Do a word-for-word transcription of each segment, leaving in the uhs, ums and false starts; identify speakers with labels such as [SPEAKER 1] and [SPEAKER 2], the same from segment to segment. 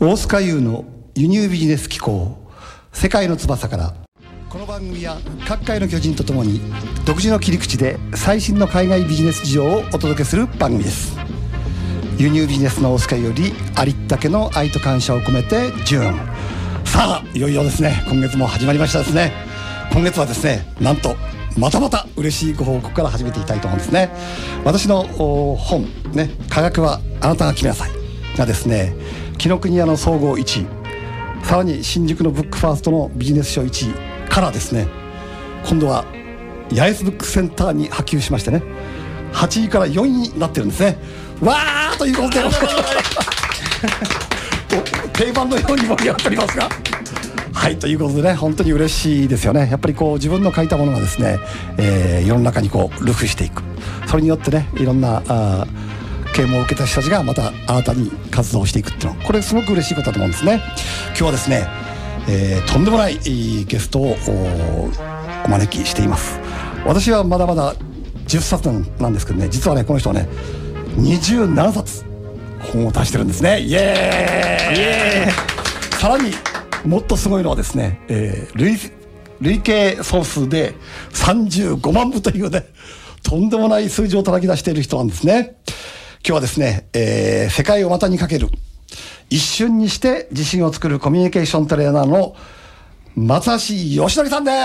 [SPEAKER 1] 大須賀優の輸入ビジネス機構世界の翼から、この番組は各界の巨人とともに独自の切り口で最新の海外ビジネス事情をお届けする番組です。輸入ビジネスの大須賀よりありったけの愛と感謝を込めてジューン。さあいよいよですね、今月も始まりましたですね。今月はですね、なんとまたまた嬉しいご報告から始めていきたいと思うんですね。私の本ね、科学はあなたが決めなさいがですね、紀ノ国屋の総合いちい、さらに新宿のブックファーストのビジネス書いちいからですね、今度は八重洲ブックセンターに波及しましてね、はちいからよんいになってるんですね。わーということで定番のように盛り上がっておりますが、はいということでね、本当に嬉しいですよね。やっぱりこう自分の書いたものがですね、えー、世の中にこう流布していく、それによってね、いろんなあ啓蒙を受けた人たちがまた新たに活動していくっていうの、これすごく嬉しいことだと思うんですね。今日はですね、えー、とんでもないゲストを お, お招きしています。私はまだまだじゅっさつなんですけどね、実はねこの人はねにじゅうななさつ本を出してるんですね。イエーイ、イエーイ。さらにもっとすごいのはですね、えー、累, 累計総数でさんじゅうごまんぶというね、とんでもない数字を叩き出している人なんですね。今日はですね、えー、世界を股にかける一瞬にして自信を作るコミュニケーショントレーナーの松橋義則さんです。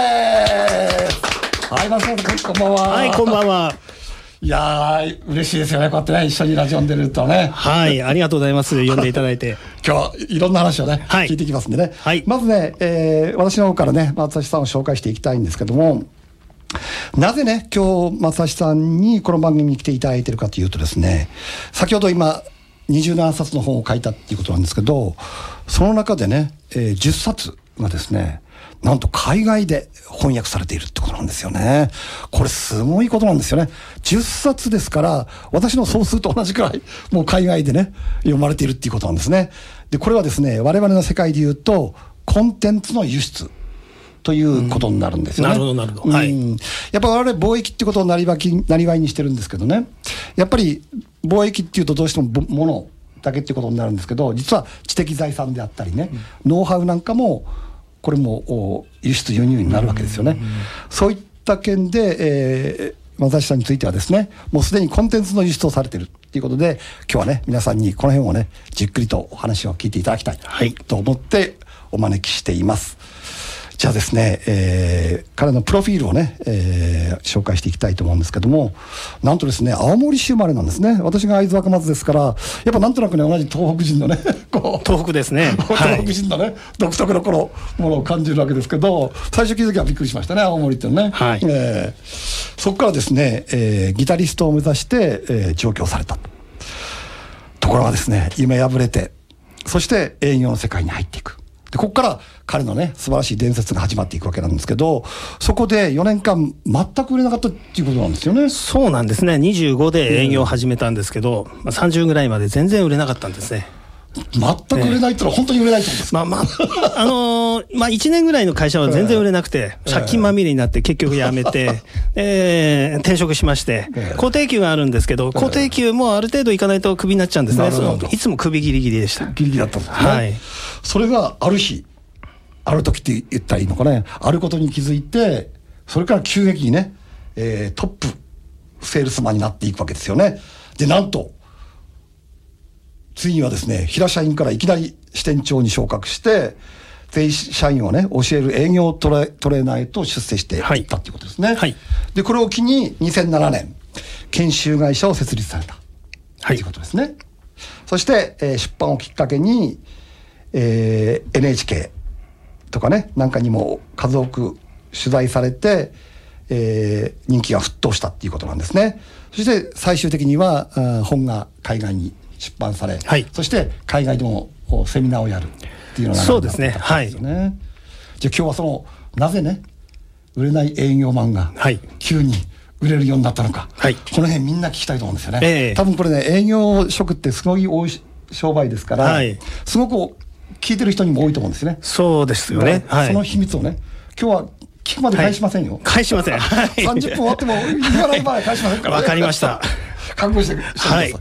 [SPEAKER 1] はい、松橋君こんばんは。
[SPEAKER 2] はい、こんばんは。
[SPEAKER 1] いやー嬉しいですよね、こうやってね一緒にラジオに出るとね。
[SPEAKER 2] はい、ありがとうございます。呼んでいただいて
[SPEAKER 1] 今日はいろんな話をね、はい、聞いていきますんでね、はい、まずね、えー、私の方からね松橋さんを紹介していきたいんですけども、なぜね今日松橋さんにこの番組に来ていただいているかというとですね、先ほど今にじゅうななさつの本を書いたっていうことなんですけど、その中でね、えー、じゅっさつがですね、なんと海外で翻訳されているってことなんですよね。これすごいことなんですよね。じゅっさつですから私の総数と同じくらいもう海外でね読まれているっていうことなんですね。でこれはですね、我々の世界でいうとコンテンツの輸出ということになるんですよね。
[SPEAKER 2] うん、なるほどなるほど、はい、
[SPEAKER 1] やっぱり我々貿易っていうことをなりわきなりわいにしてるんですけどね、やっぱり貿易っていうとどうしても物だけっていうことになるんですけど、実は知的財産であったりね、うん、ノウハウなんかもこれも輸出輸入になるわけですよね。うん、そういった件で、えー、松橋さんについてはですね、もうすでにコンテンツの輸出をされているということで、今日はね皆さんにこの辺をねじっくりとお話を聞いていただきたいと思ってお招きしています。じゃあですね、えー、彼のプロフィールをね、えー、紹介していきたいと思うんですけども、なんとですね青森市生まれなんですね。私が会津若松ですから、やっぱなんとなくね同じ東北人のねこう
[SPEAKER 2] 東北ですね
[SPEAKER 1] 東北人のね、はい、独特のこのものを感じるわけですけど、最初聞いた時はびっくりしましたね、青森っていうのね、はい、えー、そこからですね、えー、ギタリストを目指して、えー、上京されたところがですね、夢破れて、そして営業の世界に入っていく。でここから彼のね素晴らしい伝説が始まっていくわけなんですけど、そこでよねんかん全く売れなかったっていうことなんですよね。
[SPEAKER 2] そうなんですね。にじゅうごで営業を始めたんですけど、うん、さんじゅうぐらいまで全然売れなかったんですね。
[SPEAKER 1] 全く売れないってのは本当に売れないってことですか。
[SPEAKER 2] まあまああのー、まあいちねんぐらいの会社は全然売れなくて、えー、借金まみれになって結局辞めて、えー、転職しまして、えー、固定給があるんですけど、固定給もある程度いかないとクビになっちゃうんですね。そのいつもクビギリギリでした。
[SPEAKER 1] ギリギリだったんですね。
[SPEAKER 2] はい。
[SPEAKER 1] それがある日、ある時って言ったらいいのかね、あることに気づいて、それから急激にね、えー、トップセールスマンになっていくわけですよね。でなんと次はですね、平社員からいきなり支店長に昇格して、全社員をね教える営業トレ、トレーナーへと出世していったっていうことですね。はい、でこれを機ににせんななねん研修会社を設立された、はい、ということですね。そして、えー、出版をきっかけに、えー、エヌエイチケー とかねなんかにも数多く取材されて、えー、人気が沸騰したっていうことなんですね。そして最終的には本が海外に出版され、はい、そして海外でもセミナーをやるっていうのが
[SPEAKER 2] そうですね。はい。じゃあ
[SPEAKER 1] 今日はそのなぜね売れない営業マンが急に売れるようになったのか、はい、この辺みんな聞きたいと思うんですよね。えー、多分これね営業職ってすごい多い商売ですから、はい、すごく聞いてる人にも多いと思うんですよね。
[SPEAKER 2] そうですよね。
[SPEAKER 1] はい、その秘密をね今日は聞くまで返しませんよ。はい、
[SPEAKER 2] 返しません。はい、
[SPEAKER 1] さんじゅっぷん終わっても言わない場合は返しませんから、ね。
[SPEAKER 2] わかりました。
[SPEAKER 1] 覚悟してください。はい。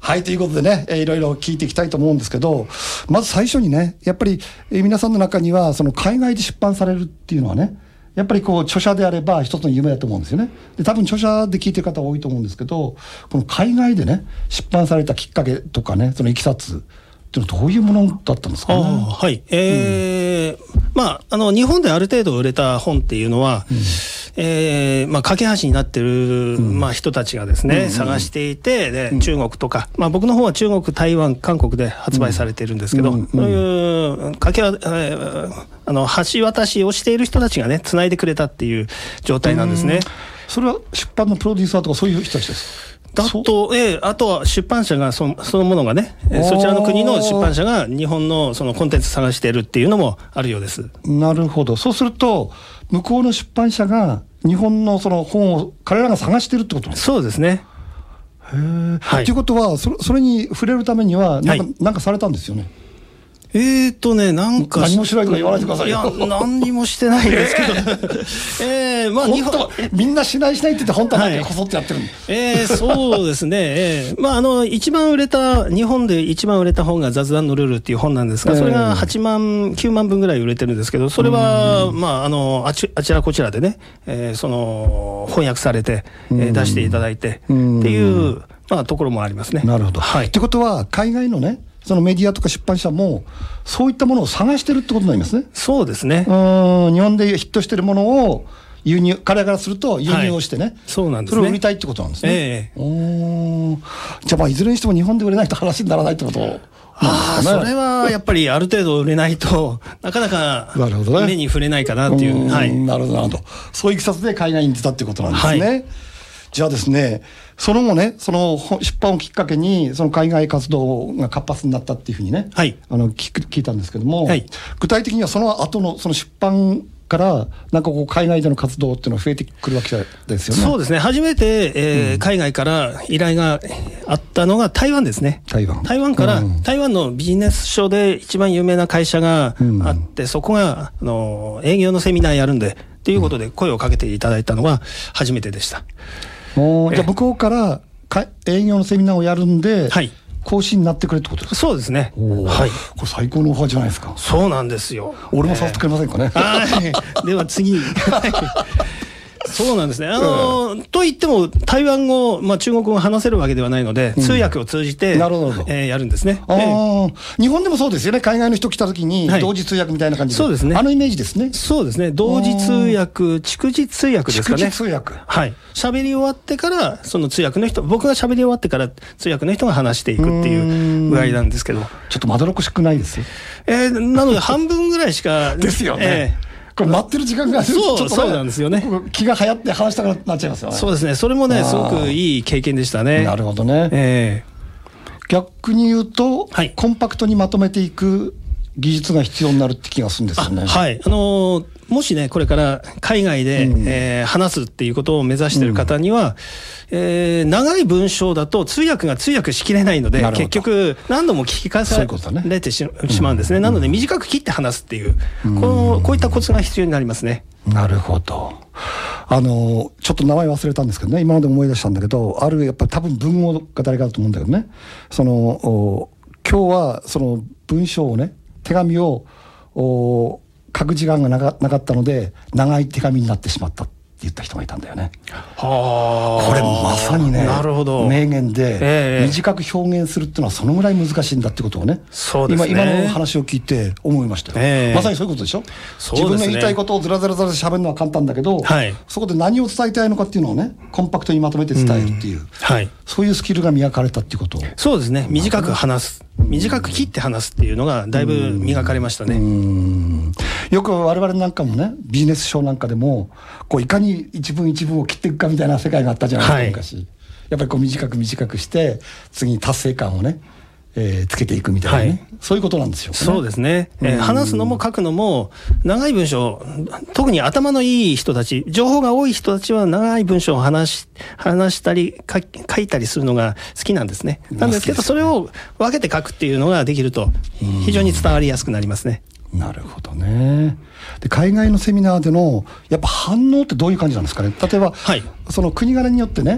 [SPEAKER 1] はいということでね、えー、いろいろ聞いていきたいと思うんですけど、まず最初にねやっぱり、えー、皆さんの中にはその海外で出版されるっていうのはねやっぱりこう著者であれば一つの夢だと思うんですよね。で多分著者で聞いてる方多いと思うんですけど、この海外でね出版されたきっかけとかねそのいきさつっていうのはどういうものだったんですかね。
[SPEAKER 2] あはい、えーうん、まああの日本である程度売れた本っていうのは、うんえーまあ、架け橋になってる、うんまあ、人たちがですね、うんうん、探していてで、うん、中国とか、まあ、僕の方は中国、台湾、韓国で発売されてるんですけど、うんうん、そういう架け、えー、あの橋渡しをしている人たちがねつないでくれたっていう状態なんですね。
[SPEAKER 1] それは出版のプロデューサーとかそういう人たちですか。
[SPEAKER 2] だと、えー、あとは出版社が そ, そのものがね、えー、そちらの国の出版社が日本 の, そのコンテンツ探しているっていうのもあるようです。
[SPEAKER 1] なるほど。そうすると向こうの出版社が日本のその本を彼らが探してるってことなんですか。
[SPEAKER 2] そうですね。
[SPEAKER 1] へー、はい、ということは そ, それに触れるためにはなんか、はい、なんかされたんですよね。
[SPEAKER 2] えーとね、なんか
[SPEAKER 1] 何もしないとか言わないでくださいよ。
[SPEAKER 2] いや、何にもしてないんですけど、えー、まあ日本
[SPEAKER 1] みんなしないしないって言って本当はなんかこそってやってるんで、
[SPEAKER 2] はい、えー、そうですね、えー、まああの一番売れた日本で一番売れた本が雑談のルールっていう本なんですが、それがはちまんきゅうまんぶんぐらい売れてるんですけど、それはまああのあちあちらこちらでね、えー、その翻訳されて、えー、出していただいてっていうまあところもありますね。
[SPEAKER 1] なるほど。はい。ってことは海外のね。そのメディアとか出版社もそういったものを探してるってことになりますね。
[SPEAKER 2] そうですね。
[SPEAKER 1] うん日本でヒットしてるものを輸入彼らからすると輸入をしてね、はい、
[SPEAKER 2] そうなんですね。
[SPEAKER 1] それを売りたいってことなんですね。
[SPEAKER 2] ええ、
[SPEAKER 1] おじゃあまあいずれにしても日本で売れないと話にならないってことなんですかね。
[SPEAKER 2] あそれはやっぱりある程度売れないとなかなか目に触れないかなっていう。
[SPEAKER 1] はい、なるほどなるほど。そういういきさつで海外に出たってことなんですね。はい、じゃあですね、その後ね、その出版をきっかけにその海外活動が活発になったっていうふうにね、はい、あの 聞, 聞いたんですけども、はい、具体的にはその後のその出版からなんかこう海外での活動っていうのは増えてくるわけですよね。
[SPEAKER 2] そうですね。初めて、えーうん、海外から依頼があったのが台湾ですね。
[SPEAKER 1] 台湾。
[SPEAKER 2] 台湾から、うん、台湾のビジネス書で一番有名な会社があって、うん、そこがあの営業のセミナーやるんでということで声をかけていただいたのが初めてでした。
[SPEAKER 1] おじゃあ向こうからか営業のセミナーをやるんで、はい、講師になってくれってことですか。
[SPEAKER 2] そうですね。
[SPEAKER 1] はい、これ最高のオファーじゃないですか。
[SPEAKER 2] そうなんですよ。
[SPEAKER 1] 俺もさせてくれませんかね。
[SPEAKER 2] えー、はいでは次そうなんですね。あのー、と言っても台湾語、まあ、中国語が話せるわけではないので、うん、通訳を通じて、なるほど、えー、やるんですね。
[SPEAKER 1] あ、えー、日本でもそうですよね。海外の人来た時に同時通訳みたいな感じで、はい、そうですね。あのイメージですね。
[SPEAKER 2] そうですね。同時通訳、逐次通訳ですかね。
[SPEAKER 1] 逐次通訳。
[SPEAKER 2] はい。喋り終わってからその通訳の人、僕が喋り終わってから通訳の人が話していくっていう具合なんですけど、
[SPEAKER 1] ちょっとまどろっこしくないですよ。
[SPEAKER 2] えー、なので半分ぐらいしか
[SPEAKER 1] ですよね。えーこれ待ってる時間が
[SPEAKER 2] そう、ちょっとそうなんですよね。
[SPEAKER 1] 気が流行って話したくなっちゃいますよね。
[SPEAKER 2] そうですね。それもね、すごくいい経験でしたね。
[SPEAKER 1] なるほどね。えー、逆に言うと、はい、コンパクトにまとめていく技術が必要になるって気がするんですよね。
[SPEAKER 2] はい。あのー、もしね、これから海外で、うんえー、話すっていうことを目指している方には、うんえー、長い文章だと通訳が通訳しきれないので、結局何度も聞き返されて し, ね、しまうんですね。うん、なので短く切って話すっていう、うん、このこういったコツが必要になりますね。
[SPEAKER 1] なるほど。あのちょっと名前忘れたんですけどね、今まで思い出したんだけど、あるやっぱり多分文豪が誰かだと思うんだけどね、その今日はその文章をね、手紙をお書く時間がな か, なかったので長い手紙になってしまったって言った人がいたんだよね。はあ、これまさにね、なるほど、名言で、えー、短く表現するっていうのはそのぐらい難しいんだってことをね、そうですね、今, 今の話を聞いて思いましたよ。えー、まさにそういうことでしょ。そうですね、自分の言いたいことをずらずらずら喋るのは簡単だけど、はい、そこで何を伝えたいのかっていうのをね、コンパクトにまとめて伝えるっていう、うんはい、そういうスキルが磨かれたっていうことを。
[SPEAKER 2] そうですね、短く話す、短く切って話すっていうのがだいぶ磨かれましたね。うん、
[SPEAKER 1] よく我々なんかもね、ビジネス書なんかでもこういかに一文一文を切っていくかみたいな世界があったじゃないですか、はい、昔。やっぱりこう短く短くして次に達成感をね、えー、つけていくみたいなね、はい、そういうことなんですよね。
[SPEAKER 2] そうですね、えー、話すのも書くのも長い文章、特に頭のいい人たち、情報が多い人たちは長い文章を話し、話したり書書いたりするのが好きなんですね。なんですけど、それを分けて書くっていうのができると非常に伝わりやすくなりますね。
[SPEAKER 1] なるほどね。で、海外のセミナーでのやっぱ反応ってどういう感じなんですかね。例えば、はい、その国柄によってね、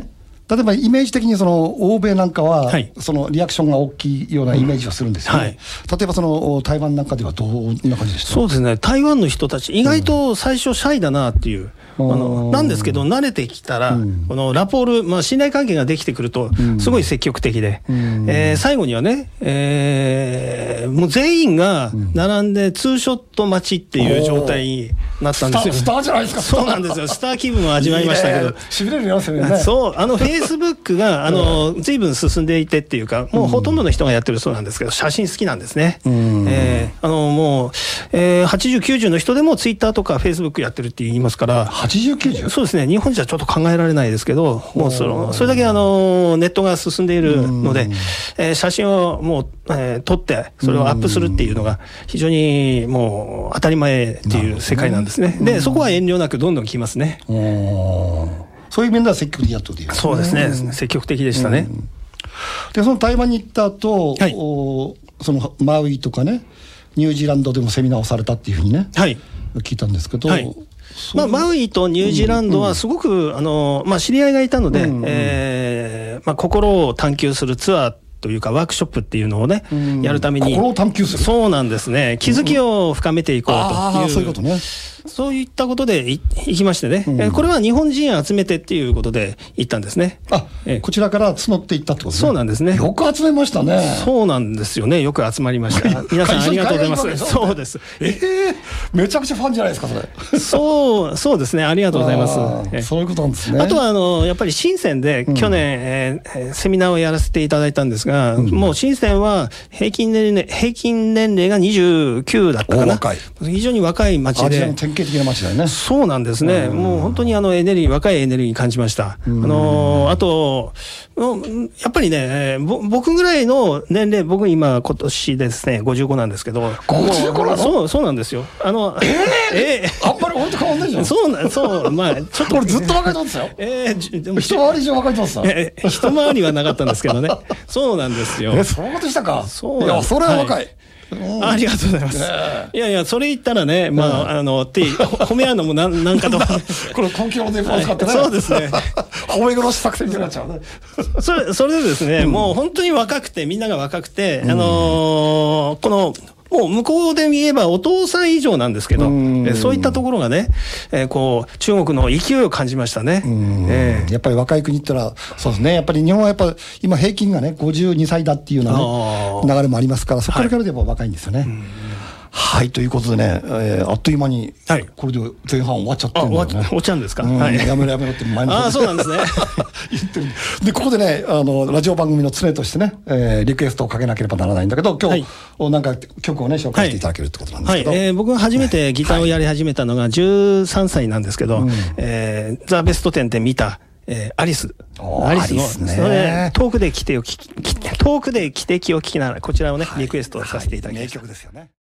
[SPEAKER 1] 例えばイメージ的にその欧米なんかは、
[SPEAKER 2] はい、
[SPEAKER 1] そのリアクションが大きいようなイメージをするんですよね、うんはい、例えばその台湾なんかではどんな感じでした？
[SPEAKER 2] そうですね、台湾の人たち意外と最初シャイだなっていう、うん、あのなんですけど慣れてきたら、うん、このラポール、まあ、信頼関係ができてくるとすごい積極的で、うんえー、最後にはね、えー、もう全員が並んでツーショット待ちっていう状態になったんですよ、
[SPEAKER 1] スターじゃないですか。
[SPEAKER 2] そうなんですよ、スター気分を味わいましたけど、
[SPEAKER 1] しびれるよそれね。
[SPEAKER 2] そう、あのフェイスブックがあの随分進んでいてっていうか、もうほとんどの人がやってるそうなんですけど、写真好きなんですね。えー、あのもう、えー、はちじゅう、きゅうじゅうの人でもツイッターとかフェイスブックやってるって言いますから、
[SPEAKER 1] はちじゅう、きゅうじゅう？
[SPEAKER 2] そうですね、日本じゃちょっと考えられないですけど、もうそのそれだけあのネットが進んでいるので、えー、写真をもう、えー、撮ってそれをアップするっていうのが非常にもう当たり前っていう世界なんですね。でそこは遠慮なくどんどん来ますね。
[SPEAKER 1] そういう面では積極的だったという、ね、
[SPEAKER 2] そうですね、うん、積極的でしたね。
[SPEAKER 1] でその台湾に行った後、はい、そのマウイとかねニュージーランドでもセミナーをされたっていうふうにね、はい、聞いたんですけど、はいまあ、マ
[SPEAKER 2] ウイとニュージーランドはすごく、うんうん、あのまあ、知り合いがいたので、うんうんえーまあ、心を探求するツアーというかワークショップっていうのをね、うん、やるために
[SPEAKER 1] 心を探求する
[SPEAKER 2] そうなんですね、気づきを深めていこうという、
[SPEAKER 1] うんうん、そういうことね、
[SPEAKER 2] そういったことでい行きましてね、うん、これは日本人集めてっていうことで行ったんですね。
[SPEAKER 1] あ、えこちらから募っていったってことね。
[SPEAKER 2] そうなんですね。
[SPEAKER 1] よく集めましたね。
[SPEAKER 2] そうなんですよね、よく集まりました皆さんありがとうございます。そうです。
[SPEAKER 1] えー、めちゃくちゃファンじゃないですかそれ。
[SPEAKER 2] そうそうですね、ありがとうございます。
[SPEAKER 1] そういうことなんですね。
[SPEAKER 2] あとはあのやっぱり深センで去年、うんえー、セミナーをやらせていただいたんですが、うん、もう深センは平均年齢平均年齢がにじゅうきゅうだったかな。
[SPEAKER 1] 若い、
[SPEAKER 2] 非常に若い町で、
[SPEAKER 1] アジアの典型的な町だよね。
[SPEAKER 2] そうなんですね、うん、もう本当にあのエネルギー若いエネルギー感じました。うん、あのー、あとやっぱりね、僕ぐらいの年齢、僕今今年ですねごじゅうごなんですけど、
[SPEAKER 1] ごじゅうごなの？
[SPEAKER 2] そうそうなんですよ。あの
[SPEAKER 1] えー、えー、あんまり本当変わんないじゃん。
[SPEAKER 2] そうなそうまあちょっと
[SPEAKER 1] 俺ずっと若いと思ってたよ。えー、でも一回り以上若いと思ってた。
[SPEAKER 2] えー、一回りはなかったんですけどね。そうなんですよ。
[SPEAKER 1] えー、そうでしたか。
[SPEAKER 2] そう
[SPEAKER 1] いやそれは若い。はい
[SPEAKER 2] ありがとうございます。ね、いやいや、それ言ったらね、まあ、あの、って、褒め合うのもなん、なんかとか。
[SPEAKER 1] この根気の電波を使ってね。
[SPEAKER 2] はい、そうですね。
[SPEAKER 1] 褒め殺し作戦になっちゃうね。
[SPEAKER 2] それ、それでですね、うん、もう本当に若くて、みんなが若くて、うん、あのー、この、もう向こうで言えばお父さん以上なんですけど、えそういったところがね、えー、こう中国の勢いを感じましたね。
[SPEAKER 1] えー、やっぱり若い国って言ったらそうですね、やっぱり日本はやっぱ今平均がねごじゅうにさいだっていうような、ね、流れもありますから、そこからからでやっぱ若いんですよね。はいはい、ということでね、えー、あっという間に、はい、これで前半終わっちゃってるんだよね。
[SPEAKER 2] 終わっちゃうんですか、
[SPEAKER 1] うんはい、やめろやめろって前の
[SPEAKER 2] ああ、そうなんですね。
[SPEAKER 1] 言ってる。で、ここでね、あの、ラジオ番組の常としてね、えー、リクエストをかけなければならないんだけど、今日、はい、なんか曲をね、紹介していただけるってことなんですけど。
[SPEAKER 2] はいはい、えー、僕が初めてギターをやり始めたのがじゅうさんさいなんですけど、はいえー、ザ・ベストテンで見た、えー、アリス。
[SPEAKER 1] アリスの、
[SPEAKER 2] それ遠くで来てを聞き、遠くで汽笛を聞きながら、こちらをね、リクエストさせていただきました。
[SPEAKER 1] 名曲ですよね。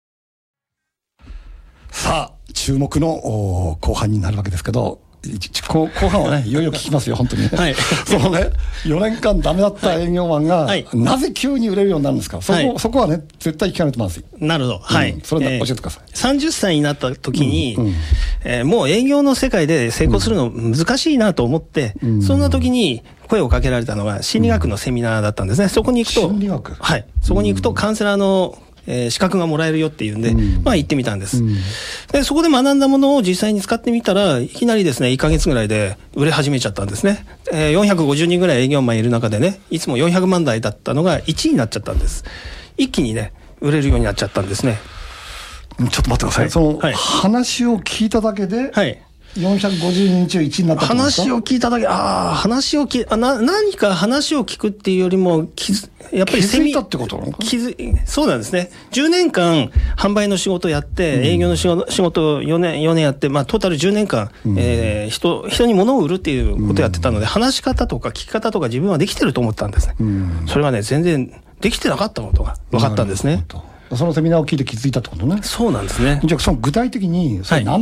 [SPEAKER 1] さあ注目の後半になるわけですけど、後半はねいよいよ聞きますよ本当にね、はい、そのねよねんかんダメだった営業マンが、はい、なぜ急に売れるようになるんですか、そこ、はい、そこはね絶対聞かないとまずい。
[SPEAKER 2] なるほど、はい、
[SPEAKER 1] うん、それで教えてください。
[SPEAKER 2] えー、さんじゅっさいになった時に、うんうんえー、もう営業の世界で成功するの難しいなと思って、うん、そんな時に声をかけられたのが心理学のセミナーだったんですね。そこに行くと
[SPEAKER 1] 心理学、
[SPEAKER 2] はい、そこに行くとカウンセラーのえー、資格がもらえるよっていうんで、うん、まあ行ってみたんです、うん、でそこで学んだものを実際に使ってみたらいきなりですねいっかげつぐらいで売れ始めちゃったんですね、えー、よんひゃくごじゅうにんぐらい営業マンいる中でね、いつもよんひゃくまんだいだったのがいちいになっちゃったんです。一気にね売れるようになっちゃったんですね。
[SPEAKER 1] ちょっと待ってください、はい、その、はい、話を聞いただけで、はいよんひゃくごじゅうにん中いちいになったってことですか？
[SPEAKER 2] 話を聞いただけ、ああ、話を聞あな、何か話を聞くっていうよりも、気づやっぱり
[SPEAKER 1] 気づいたってことなのか？
[SPEAKER 2] 気づそうなんですね。じゅうねんかん販売の仕事をやって、うん、営業の仕事、仕事をよねん、よねんやって、まあトータルじゅうねんかん、うんえー、人、人に物を売るっていうことをやってたので、うん、話し方とか聞き方とか自分はできてると思ったんですね。うん、それがね、全然できてなかったことが分かったんですね。
[SPEAKER 1] そのセミナーを聞いて気づいたってことね。
[SPEAKER 2] そうなんですね。
[SPEAKER 1] じゃあその具体的にそれ何ですか、はい、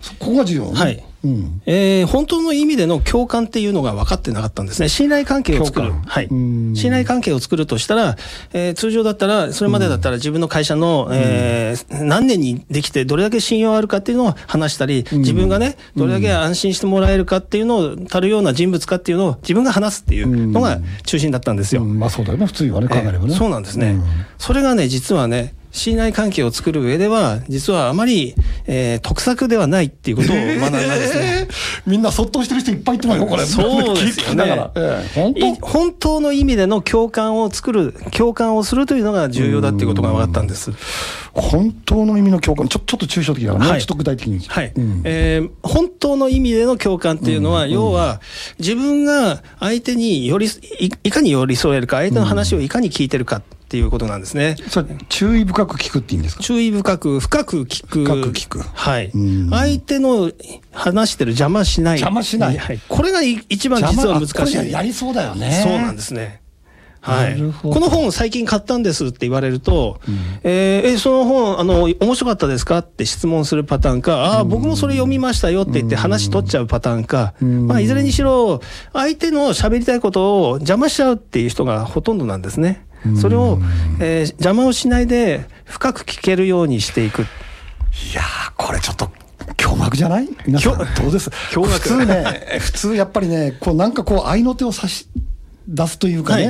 [SPEAKER 1] ここが重要ね。
[SPEAKER 2] はい。うん、えー、本当の意味での共感っていうのが分かってなかったんですね。信頼関係を作る。はい。信頼関係を作るとしたら、えー、通常だったら、それまでだったら自分の会社の、えー、何年にできてどれだけ信用あるかっていうのを話したり、自分がね、どれだけ安心してもらえるかっていうのを、たるような人物かっていうのを自分が話すっていうのが中心だったんですよ。
[SPEAKER 1] うんうん、まあそうだよね、普通はね、考えればね。
[SPEAKER 2] えー、そうなんですね。うん、それがね、実はね、信頼関係を作る上では、実はあまり、えー、得策ではないっていうことを学んだんですね。
[SPEAKER 1] えー、みんなそっとしてる人いっぱいいってますよ、これ。
[SPEAKER 2] そうですよね。えー、本当？本当の意味での共感を作る、共感をするというのが重要だっていうことが分かったんです。
[SPEAKER 1] 本当の意味の共感、ちょ、ちょっと抽象的だな、はい、ちょっと具体的に。
[SPEAKER 2] はい。うん、えー、本当の意味での共感っていうのは、うん、要は、自分が相手により、い、いかに寄り添えるか、相手の話をいかに聞いてるか。っていうことなんですね。
[SPEAKER 1] それ注意深く聞くっていいんですか？
[SPEAKER 2] 注意深く深く聞く。
[SPEAKER 1] 深く聞く。
[SPEAKER 2] はい。相手の話してる邪魔しない。
[SPEAKER 1] 邪魔しない。
[SPEAKER 2] はい。これが一番実は難しい。こ
[SPEAKER 1] れやりそうだよね。
[SPEAKER 2] そうなんですね。はい。この本最近買ったんですって言われると、うん、えー、え、その本、あの、面白かったですかって質問するパターンか、ああ、僕もそれ読みましたよって言って話取っちゃうパターンか、うん、まあ、いずれにしろ、相手の喋りたいことを邪魔しちゃうっていう人がほとんどなんですね。それを、えー、邪魔をしないで深く聞けるようにしていく。い
[SPEAKER 1] やー、これちょっと驚愕じゃない？皆さんどうです？驚愕。普通ね、普通やっぱりね、こうなんかこう合いの手を差し出すというかね、はい、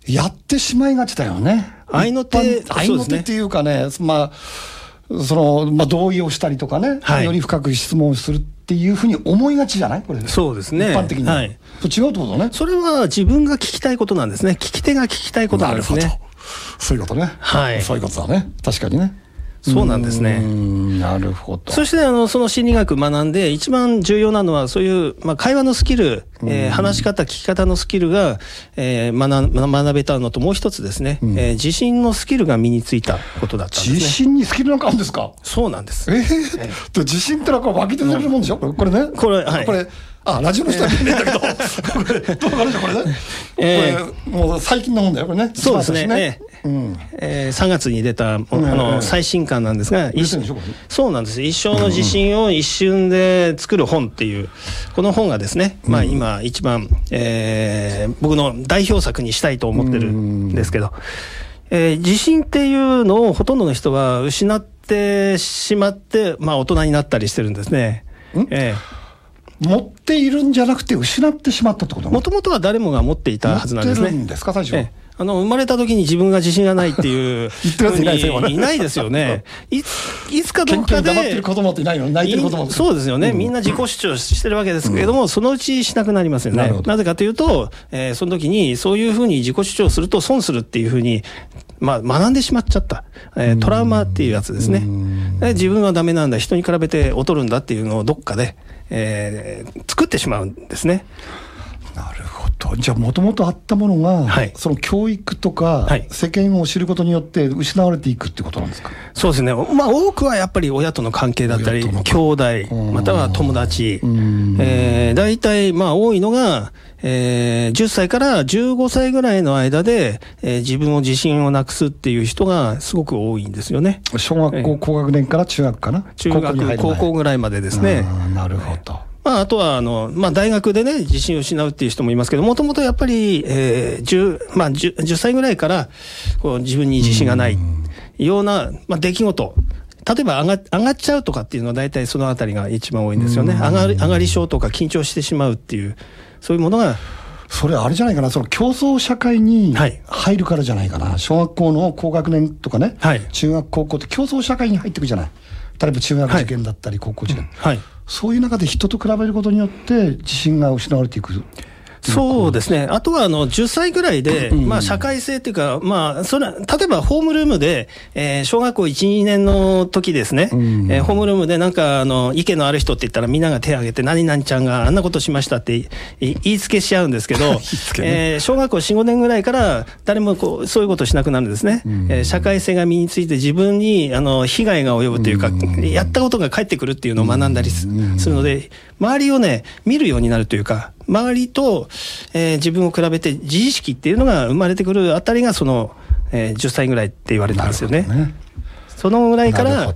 [SPEAKER 1] やってしまいがちだよね。
[SPEAKER 2] 合いの手、
[SPEAKER 1] 合いの手っていうかね、まあ、その、まあ同意をしたりとかね、はい、より深く質問をするっていうふうに思いがちじゃないこれ。
[SPEAKER 2] そうですね。
[SPEAKER 1] 一般的に。はい。違うってことね。
[SPEAKER 2] それは自分が聞きたいことなんですね。聞き手が聞きたいことなんですね。なるほど。
[SPEAKER 1] そういうことね。はい。そういうことだね。確かにね。
[SPEAKER 2] そうなんですね。
[SPEAKER 1] なるほど。
[SPEAKER 2] そしてあのその心理学学んで一番重要なのはそういう、まあ、会話のスキル、えー、話し方聞き方のスキルが、えー、学, 学べたのともう一つですね、うん、えー、自信のスキルが身についたことだったんですね。
[SPEAKER 1] 自信にスキルなんかあるんですか？
[SPEAKER 2] そうなんです。
[SPEAKER 1] えー、えー、自信ってのはこれ湧き出てるもんでしょ、うん、これね。これ、はい、これあ、ラジオの人は見れんだけど、これ、どうなるんでしょう、これね。えー、これ、もう最近のもんだよ、これね。
[SPEAKER 2] そうですね。ね、うん、えー、さんがつに出た、あの、最新刊なんですが、そうなんです。一生の自信を一瞬で作る本っていう、この本がですね、まあ今一番、えー、僕の代表作にしたいと思ってるんですけど、えー、自信っていうのをほとんどの人は失ってしまって、まあ大人になったりしてるんですね。えー
[SPEAKER 1] 持っているんじゃなくて失ってしまったってこと？
[SPEAKER 2] もともとは誰もが持っていたはずなんですね。
[SPEAKER 1] 持ってるんですか、最初。ええ、
[SPEAKER 2] あの、生まれた時に自分が自信がないっていう。
[SPEAKER 1] 言ってるやついないですよね。
[SPEAKER 2] いないですよね。いつ、いつかどっかで。
[SPEAKER 1] 黙ってる子供っていないの？泣いてる子供って。
[SPEAKER 2] そうですよね。みんな自己主張してるわけですけれども、うん、そのうちしなくなりますよね。な, なぜかというと、えー、その時にそういうふうに自己主張すると損するっていうふうに、まあ、学んでしまっちゃった。えー、トラウマっていうやつですね。自分はダメなんだ、人に比べて劣るんだっていうのをどっかで、えー、作ってしまうんですね。
[SPEAKER 1] なるほど。じゃあもともとあったものが、はい、その教育とか、はい、世間を知ることによって失われていくってことなんですか？
[SPEAKER 2] そうですね。まあ多くはやっぱり親との関係だったり、兄弟、または友達、えー、大体まあ多いのが、えー、じゅっさいからじゅうごさいぐらいの間で、えー、自分を自信をなくすっていう人がすごく多いんですよね。
[SPEAKER 1] 小学校高学年から中学かな？
[SPEAKER 2] 中学、高校ぐらいまでですね。
[SPEAKER 1] あ、なるほど。
[SPEAKER 2] まあ、あとは、あの、まあ、大学でね、自信を失うっていう人もいますけど、もともとやっぱり、えー、10、まあ、10、じゅっさいぐらいから、こう、自分に自信がないような、まあ、出来事。例えば上が、上がっちゃうとかっていうのは大体そのあたりが一番多いんですよね。上がり、上がり症とか緊張してしまうっていう、そういうものが。
[SPEAKER 1] それあれじゃないかな、その競争社会に入るからじゃないかな。はい、小学校の高学年とかね、はい、中学高校って競争社会に入っていくじゃない。例えば中学受験だったり高校受験。はいはい、そういう中で人と比べることによって自信が失われていく。
[SPEAKER 2] そうですね。あとは、あの、じゅっさいぐらいで、まあ、社会性っていうか、まあ、それ、例えば、ホームルームで、えー、小学校いち、にねんの時ですね、うん、えー、ホームルームでなんか、あの、意見のある人って言ったら、みんなが手を挙げて、何々ちゃんがあんなことしましたって言いつけしちゃうんですけど、ね、えー、小学校よん、ごねんぐらいから、誰もこう、そういうことしなくなるんですね。うん、えー、社会性が身について、自分に、あの、被害が及ぶというか、うん、やったことが返ってくるっていうのを学んだりするので、周りをね、見るようになるというか、周りと、えー、自分を比べて自意識っていうのが生まれてくるあたりがその、えー、じゅっさいぐらいって言われてますよね。ね、そのぐらいから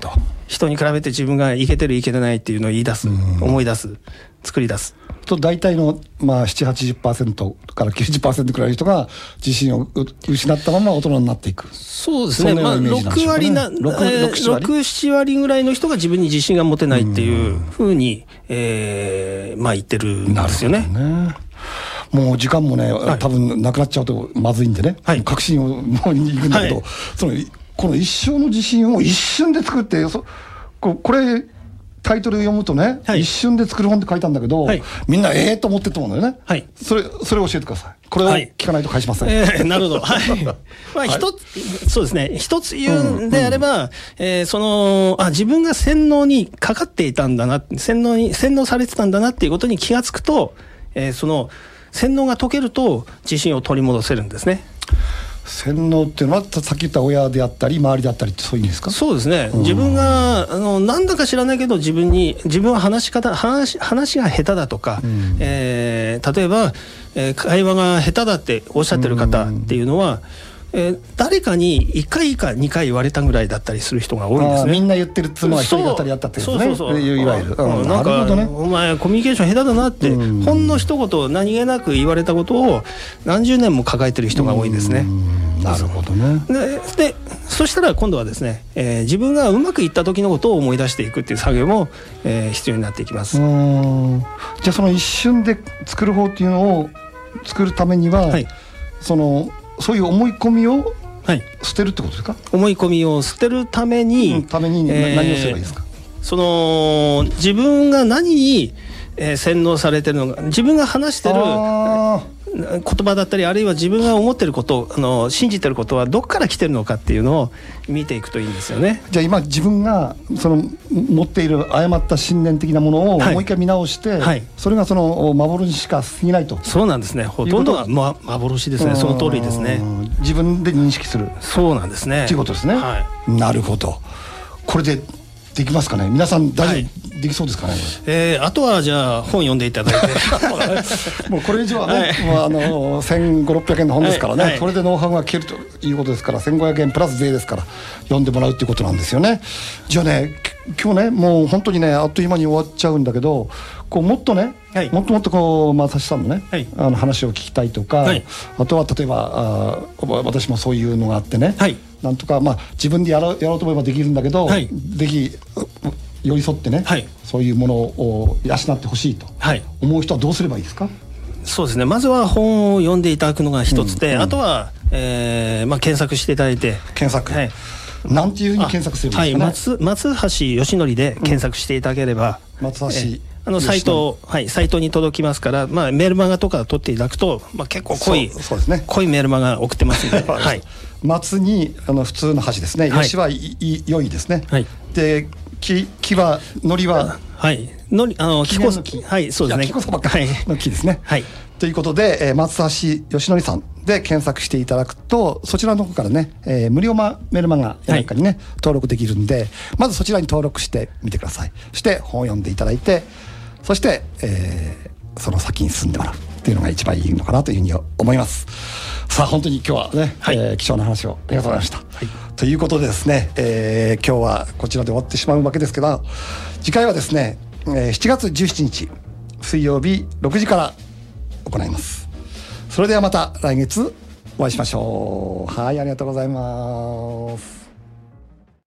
[SPEAKER 2] 人に比べて自分がいけてるいけてないっていうのを言い出す、思い出す、作り出す
[SPEAKER 1] と大体の、まあ、ななじゅう、はちじゅっパーセントからきゅうじゅっパーセントくらいの人が自信を失ったまま大人になっていく。
[SPEAKER 2] そうですね、まあ、ろくわりな、ろく、ななわりぐらいの人が自分に自信が持てないっていうふうに、えー、まあ言ってるんですよね。
[SPEAKER 1] もう時間もね、はい、多分なくなっちゃうとまずいんでね、はい、確信をもうに行くんだけど、はい、そのこの一生の自信を一瞬で作って、そここれタイトル読むとね、はい、一瞬で作る本って書いたんだけど、はい、みんなええと思ってると思うんだよね、はい、それそれを教えてください。これを聞かないと返しません、
[SPEAKER 2] はい、えー、なるほど、はい、まあ一つ、そうですね、一つ言うんであれば、うんえー、そのあ自分が洗脳にかかっていたんだな、洗脳に洗脳されてたんだなっていうことに気がつくと、えー、その洗脳が解けると自信を取り戻せるんですね。
[SPEAKER 1] 洗脳っていうのはさっき言った親であったり周りであったりってそういう意味ですか？
[SPEAKER 2] そうですね、うん、自分があのなんだか知らないけど自分に自分は話し方 話, 話が下手だとか、うんえー、例えば、えー、会話が下手だっておっしゃってる方っていうのは、うんえー、誰かにいっかいかにかい言われたぐらいだったりする人が多いんですね。
[SPEAKER 1] みんな言ってる妻は一人語りあったってことですね。そうそうそう、いわゆる、うん、
[SPEAKER 2] なんか、ね、お前コミュニケーション下手だなって、うん、ほんの一言何気なく言われたことを何十年も抱えてる人が多いんですね。
[SPEAKER 1] なるほどね。
[SPEAKER 2] で, でそしたら今度はですね、えー、自分がうまくいった時のことを思い出していくっていう作業も、えー、必要になっていきます。
[SPEAKER 1] うん、じゃあその一瞬で作る方っていうのを作るためには、はい、そのそういう思い込みを捨てるってことですか？はい、
[SPEAKER 2] 思い込みを捨てるために、
[SPEAKER 1] うん、ために何をすればいいですか？
[SPEAKER 2] えー、その自分が何に、えー、洗脳されてるのか、自分が話してる言葉だったり、あるいは自分が思ってること、あの信じてることはどこから来てるのかっていうのを見ていくといいんですよね。
[SPEAKER 1] じゃあ今自分がその持っている誤った信念的なものをもう一回見直して、はいはい、それがその幻しか過ぎないと。
[SPEAKER 2] そうなんですね、ほとんどが、ま、幻ですね。その通りですね。
[SPEAKER 1] 自分で認識する。
[SPEAKER 2] そうなんですね。
[SPEAKER 1] ということですね、はい、なるほど。これでできますかね、皆さん大丈夫、はい、できそうですかね。
[SPEAKER 2] えー、あとはじゃあ本読んでいただいて
[SPEAKER 1] もうこれ以上はね、はい、もうあのせんごひゃくろっぴゃくえんの本ですからね、はいはい、それでノウハウが消えるということですから、せんごひゃくえんプラス税ですから読んでもらうっていうことなんですよね。じゃあね、今日ねもう本当にねあっという間に終わっちゃうんだけど、こうもっとね、はい、もっともっとこう正志さんのね、はい、あの話を聞きたいとか、はい、あとは例えばあ私もそういうのがあってね、はい、なんとか、まあ、自分でやろう、やろうと思えばできるんだけど、はい、ぜひ寄り添ってね、はい、そういうものを養ってほしいと思う人はどうすればいいですか？
[SPEAKER 2] そうですね、まずは本を読んでいただくのが一つで、うんうん、あとは、えーまあ、検索していただいて、
[SPEAKER 1] 検索、はい、なんていうふうに検索するんですかね。はい、
[SPEAKER 2] 松, 松橋義則で検索していただければ、
[SPEAKER 1] うん、松橋、えー
[SPEAKER 2] あのサイト、はい、サイトに届きますから、まあ、メールマガとか取っていただくと、まあ、結構濃い、そう、そうですね、濃いメールマガ送ってますので、はい、
[SPEAKER 1] 松にあの普通の橋ですね、吉はいい良いですね、はい、で木、木はのりは、
[SPEAKER 2] はい、のりあの木こそ木、はい、そうですね、
[SPEAKER 1] 木こそばっかりの木ですね、はい、ということで、えー、松橋義則さんで検索していただくと、そちらの方からね、えー、無料メールマガなんかにね、はい、登録できるんで、まずそちらに登録してみてください。そして本を読んでいただいて、そして、えー、その先に進んでもらうっていうのが一番いいのかなというふうに思います。さあ本当に今日はね、はい、えー、貴重な話をありがとうございました、はい、ということでですね、えー、今日はこちらで終わってしまうわけですけど、次回はですね、えー、しちがつじゅうしちにち水曜日ろくじから行います。それではまた来月お会いしましょう。はい、ありがとうございます。